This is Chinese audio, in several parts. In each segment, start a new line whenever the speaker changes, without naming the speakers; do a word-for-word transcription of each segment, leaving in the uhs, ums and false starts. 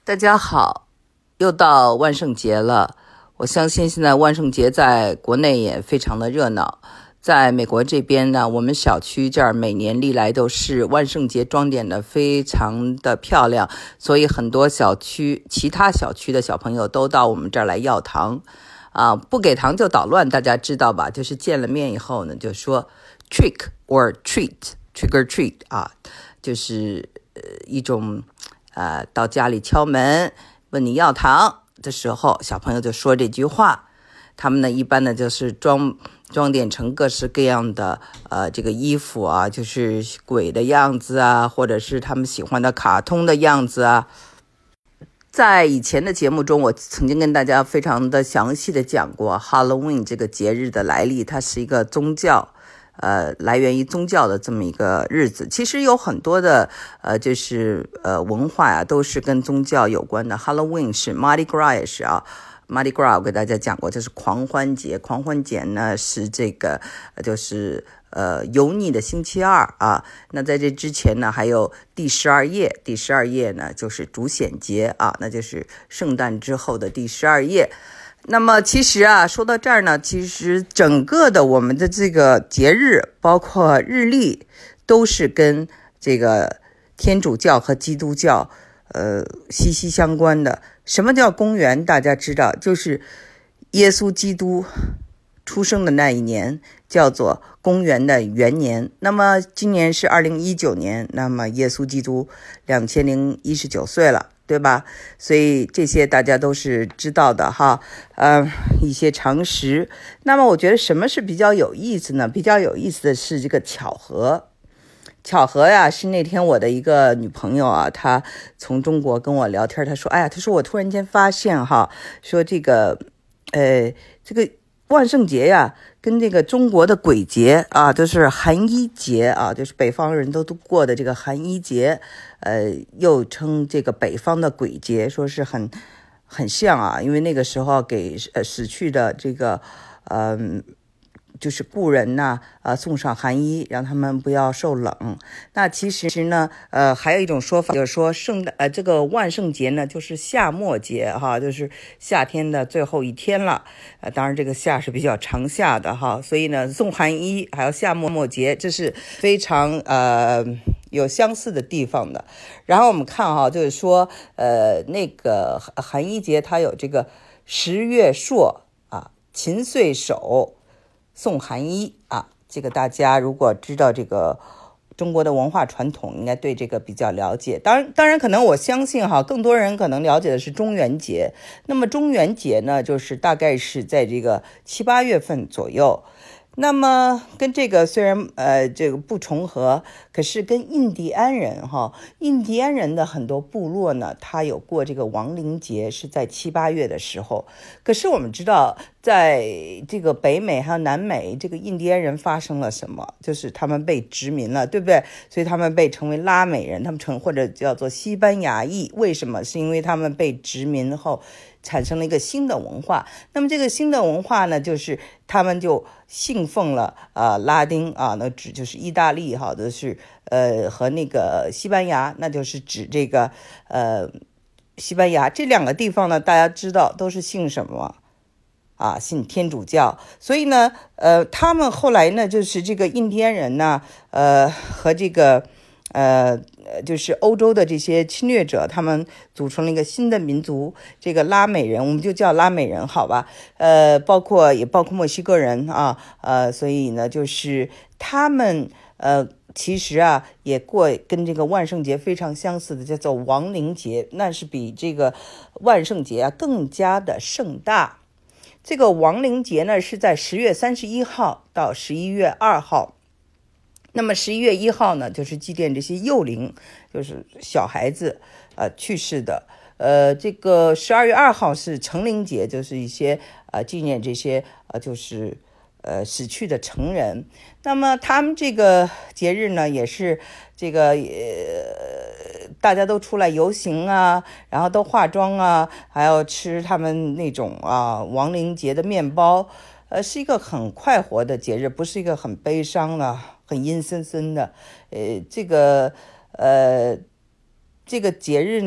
大家好，又到万圣节了。我相信现在万圣节在国内也非常的热闹。在美国这边呢，我们小区这儿每年历来都是万圣节装点的非常的漂亮，所以很多小区其他小区的小朋友都到我们这儿来要糖啊，不给糖就捣乱，大家知道吧？就是见了面以后呢，就说 trick or treat trick or treat 啊，就是呃一种呃到家里敲门问你要糖的时候，小朋友就说这句话。他们呢一般呢就是装装点成各式各样的呃这个衣服啊，就是鬼的样子啊，或者是他们喜欢的卡通的样子啊。在以前的节目中，我曾经跟大家非常的详细的讲过 Halloween 这个节日的来历，它是一个宗教呃，来源于宗教的这么一个日子。其实有很多的呃，就是呃文化啊，都是跟宗教有关的。Halloween 是 Mardi Gras 也是啊。Mardi Gras 我给大家讲过，这是狂欢节。狂欢节呢是这个就是呃油腻的星期二啊。那在这之前呢，还有第十二夜，第十二夜呢就是主显节啊，那就是圣诞之后的第十二夜。那么其实啊，说到这儿呢，其实整个的我们的这个节日，包括日历，都是跟这个天主教和基督教呃息息相关的。什么叫公元？大家知道，就是耶稣基督出生的那一年叫做公元的元年。那么今年是二零一九年，那么耶稣基督两千零一十九岁了，对吧？所以这些大家都是知道的哈，呃，一些常识。那么我觉得什么是比较有意思呢？比较有意思的是这个巧合。巧合呀，是那天我的一个女朋友啊，她从中国跟我聊天，她说：“哎呀，她说我突然间发现哈，说这个，呃，这个万圣节呀，跟这个中国的鬼节啊，就是寒衣节啊，就是北方人都都过的这个寒衣节，呃，又称这个北方的鬼节，说是很很像啊，因为那个时候给呃死去的这个，嗯、呃。”就是故人呐，呃，送上寒衣，让他们不要受冷。那其实呢，呃，还有一种说法，就是说圣诞，呃，这个万圣节呢，就是夏末节哈，就是夏天的最后一天了。呃，当然这个夏是比较长夏的哈，所以呢，送寒衣还有夏末末节，这是非常呃有相似的地方的。然后我们看哈，就是说，呃，那个寒衣节它有这个十月朔啊，秦岁首。送寒衣啊，这个大家如果知道这个中国的文化传统，应该对这个比较了解。当然，当然可能我相信哈，更多人可能了解的是中元节。那么中元节呢，就是大概是在这个七八月份左右。那么跟这个虽然呃这个不重合，可是跟印第安人哈，印第安人的很多部落呢，他有过这个亡灵节，是在七八月的时候。可是我们知道，在这个北美还有南美，这个印第安人发生了什么？就是他们被殖民了，对不对？所以他们被称为拉美人，他们称或者叫做西班牙裔。为什么？是因为他们被殖民后产生了一个新的文化。那么这个新的文化呢，就是他们就信奉了呃拉丁啊，那指就是意大利哈，的是呃和那个西班牙，那就是指这个呃西班牙这两个地方呢，大家知道都是信什么啊？信天主教。所以呢，呃，他们后来呢，就是这个印第安人呢，呃和这个呃。就是欧洲的这些侵略者，他们组成了一个新的民族，这个拉美人，我们就叫拉美人，好吧？呃，包括也包括墨西哥人啊，呃，所以呢，就是他们呃，其实啊，也过跟这个万圣节非常相似的，叫做亡灵节，那是比这个万圣节啊更加的盛大。这个亡灵节呢，是在十月三十一号到十一月二号。那么十一月一号呢，就是祭奠这些幼灵，就是小孩子呃去世的。呃，这个十二月二号是成灵节，就是一些呃纪念这些呃就是呃死去的成人。那么他们这个节日呢，也是这个呃大家都出来游行啊，然后都化妆啊，还要吃他们那种啊亡灵节的面包。呃，是一个很快活的节日，不是一个很悲伤的、很阴森森的。呃，这个呃，这个节日呢，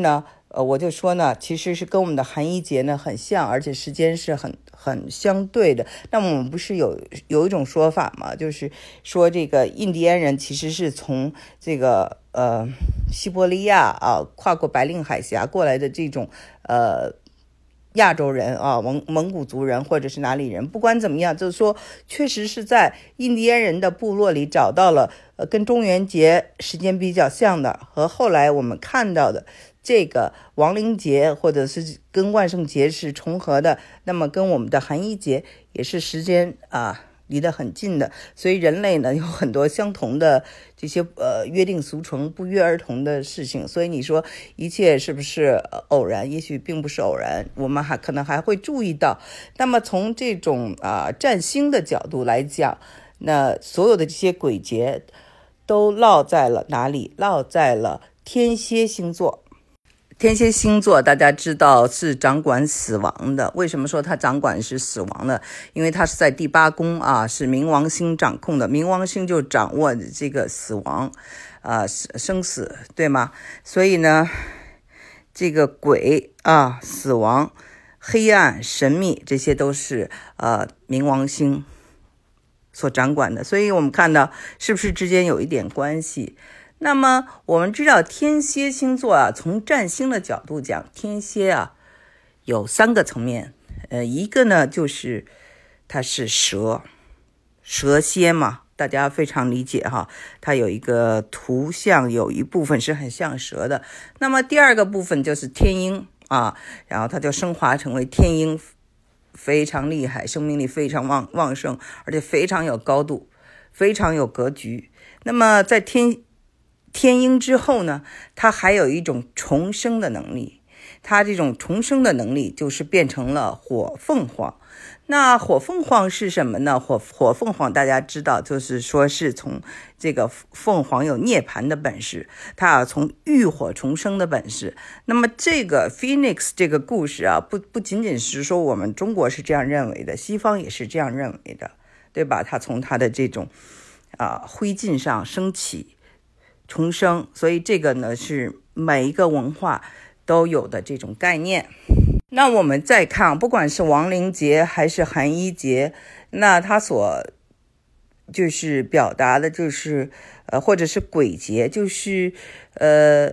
呃，我就说呢，其实是跟我们的寒衣节呢很像，而且时间是很很相对的。那么我们不是有有一种说法嘛，就是说这个印第安人其实是从这个呃西伯利亚啊跨过白令海峡过来的这种呃亚洲人啊，蒙蒙古族人或者是哪里人，不管怎么样，就是说确实是在印第安人的部落里找到了呃跟中元节时间比较像的，和后来我们看到的这个亡灵节或者是跟万圣节是重合的，那么跟我们的寒衣节也是时间啊离得很近的，所以人类呢有很多相同的这些呃约定俗成、不约而同的事情。所以你说一切是不是偶然？也许并不是偶然，我们还可能还会注意到。那么从这种啊、呃、占星的角度来讲，那所有的这些鬼节都落在了哪里？落在了天蝎星座。天蝎星座大家知道是掌管死亡的，为什么说它掌管是死亡的？因为它是在第八宫啊，是冥王星掌控的，冥王星就掌握这个死亡啊，生死，对吗？所以呢，这个鬼啊，死亡、黑暗、神秘，这些都是呃冥王星所掌管的，所以我们看到是不是之间有一点关系？那么我们知道天蝎星座啊，从占星的角度讲，天蝎啊有三个层面，呃，一个呢就是它是蛇，蛇蝎嘛，大家非常理解哈，它有一个图像，有一部分是很像蛇的。那么第二个部分就是天鹰啊，然后它就升华成为天鹰，非常厉害，生命力非常旺旺盛，而且非常有高度，非常有格局。那么在天天鹰之后呢，它还有一种重生的能力，它这种重生的能力就是变成了火凤凰。那火凤凰是什么呢？火火凤凰大家知道，就是说是从这个凤凰有涅槃的本事，它有从浴火重生的本事。那么这个 Phoenix 这个故事啊，不不仅仅是说我们中国是这样认为的，西方也是这样认为的，对吧？它从它的这种啊、呃、灰烬上升起重生，所以这个呢是每一个文化都有的这种概念。那我们再看，不管是亡灵节还是寒衣节，那它所就是表达的就是呃，或者是鬼节，就是呃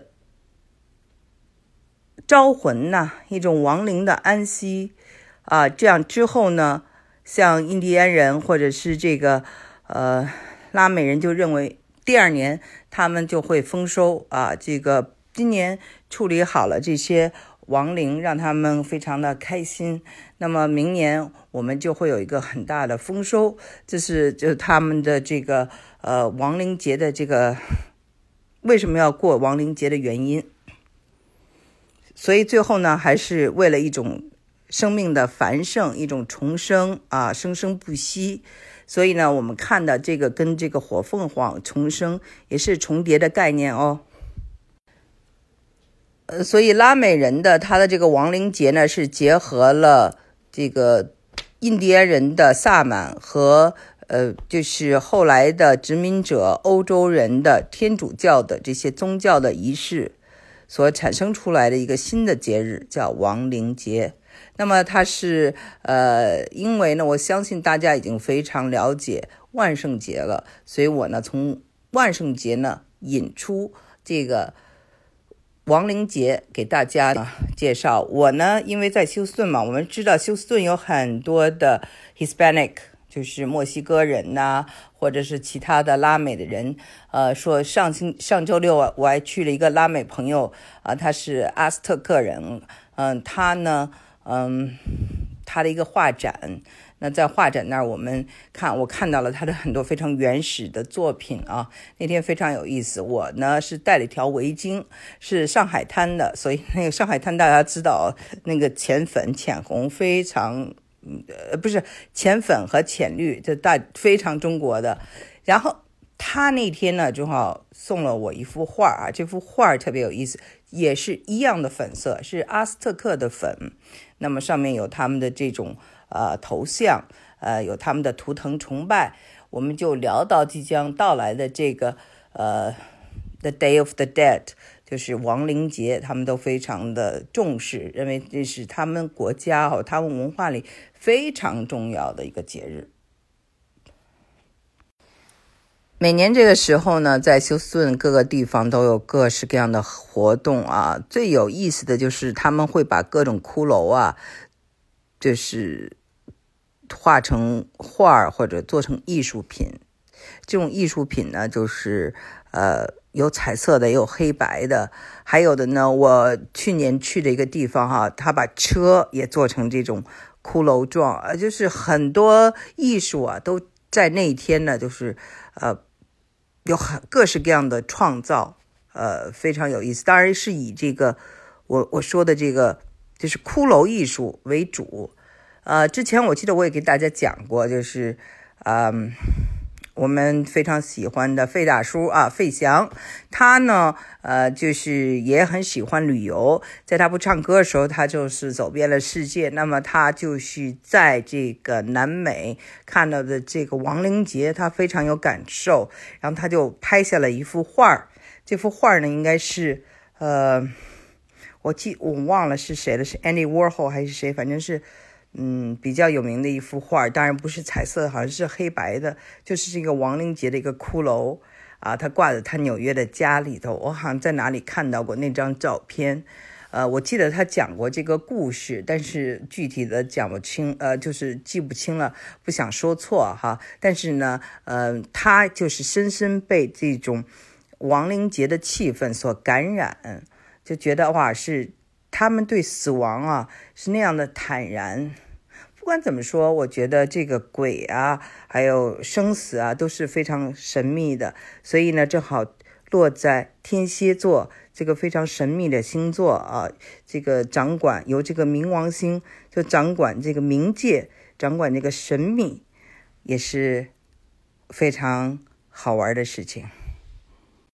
招魂呐、啊，一种亡灵的安息啊。这样之后呢，像印第安人或者是这个呃拉美人就认为第二年他们就会丰收啊，这个今年处理好了这些亡灵，让他们非常的开心，那么明年我们就会有一个很大的丰收。这是就他们的这个呃亡灵节的这个为什么要过亡灵节的原因。所以最后呢，还是为了一种生命的繁盛，一种重生啊，生生不息。所以呢，我们看的这个跟这个火凤凰重生也是重叠的概念哦。呃，所以拉美人的他的这个亡灵节呢，是结合了这个印第安人的萨满和呃，就是后来的殖民者欧洲人的天主教的这些宗教的仪式所产生出来的一个新的节日，叫亡灵节。那么它是呃，因为呢，我相信大家已经非常了解万圣节了，所以我呢从万圣节呢引出这个亡灵节给大家呢介绍。我呢因为在休斯顿嘛，我们知道休斯顿有很多的 Hispanic， 就是墨西哥人呐、啊，或者是其他的拉美的人。呃，说上星上周六我还去了一个拉美朋友啊、呃，他是阿斯特克人，嗯、呃，他呢，嗯，他的一个画展。那在画展那儿，我们看我看到了他的很多非常原始的作品啊，那天非常有意思。我呢是戴了一条围巾，是上海滩的，所以那个上海滩大家知道，那个浅粉浅红非常呃不是浅粉和浅绿，这大非常中国的。然后他那天呢正好送了我一幅画啊，这幅画特别有意思，也是一样的粉色，是阿斯特克的粉。那么上面有他们的这种呃头像，呃有他们的图腾崇拜。我们就聊到即将到来的这个呃 The Day of the Dead， 就是亡灵节，他们都非常的重视，认为这是他们国家和他们文化里非常重要的一个节日。每年这个时候呢，在休斯顿各个地方都有各式各样的活动啊。最有意思的就是他们会把各种骷髅啊，就是画成画或者做成艺术品。这种艺术品呢，就是呃有彩色的，也有黑白的，还有的呢，我去年去的一个地方哈，他把车也做成这种骷髅状，呃，就是很多艺术啊都在那一天呢，就是呃。有很各式各样的创造，呃，非常有意思。当然是以这个我我说的这个就是骷髅艺术为主。呃，之前我记得我也给大家讲过，就是嗯。我们非常喜欢的费大叔啊，费翔，他呢，呃，就是也很喜欢旅游。在他不唱歌的时候，他就是走遍了世界。那么他就是在这个南美看到的这个亡灵节，他非常有感受，然后他就拍下了一幅画。这幅画呢，应该是呃，我记我忘了是谁了，是 Andy Warhol 还是谁，反正是。嗯，比较有名的一幅画，当然不是彩色，好像是黑白的，就是这个亡灵节的一个骷髅啊，他挂在他纽约的家里头。我好像在哪里看到过那张照片，呃，我记得他讲过这个故事，但是具体的讲不清，呃，就是记不清了，不想说错哈。但是呢，呃，他就是深深被这种亡灵节的气氛所感染，就觉得哇，是他们对死亡啊是那样的坦然。不管怎么说，我觉得这个鬼啊，还有生死啊，都是非常神秘的。所以呢，正好落在天蝎座这个非常神秘的星座啊，这个掌管由这个冥王星就掌管这个冥界，掌管这个神秘，也是非常好玩的事情。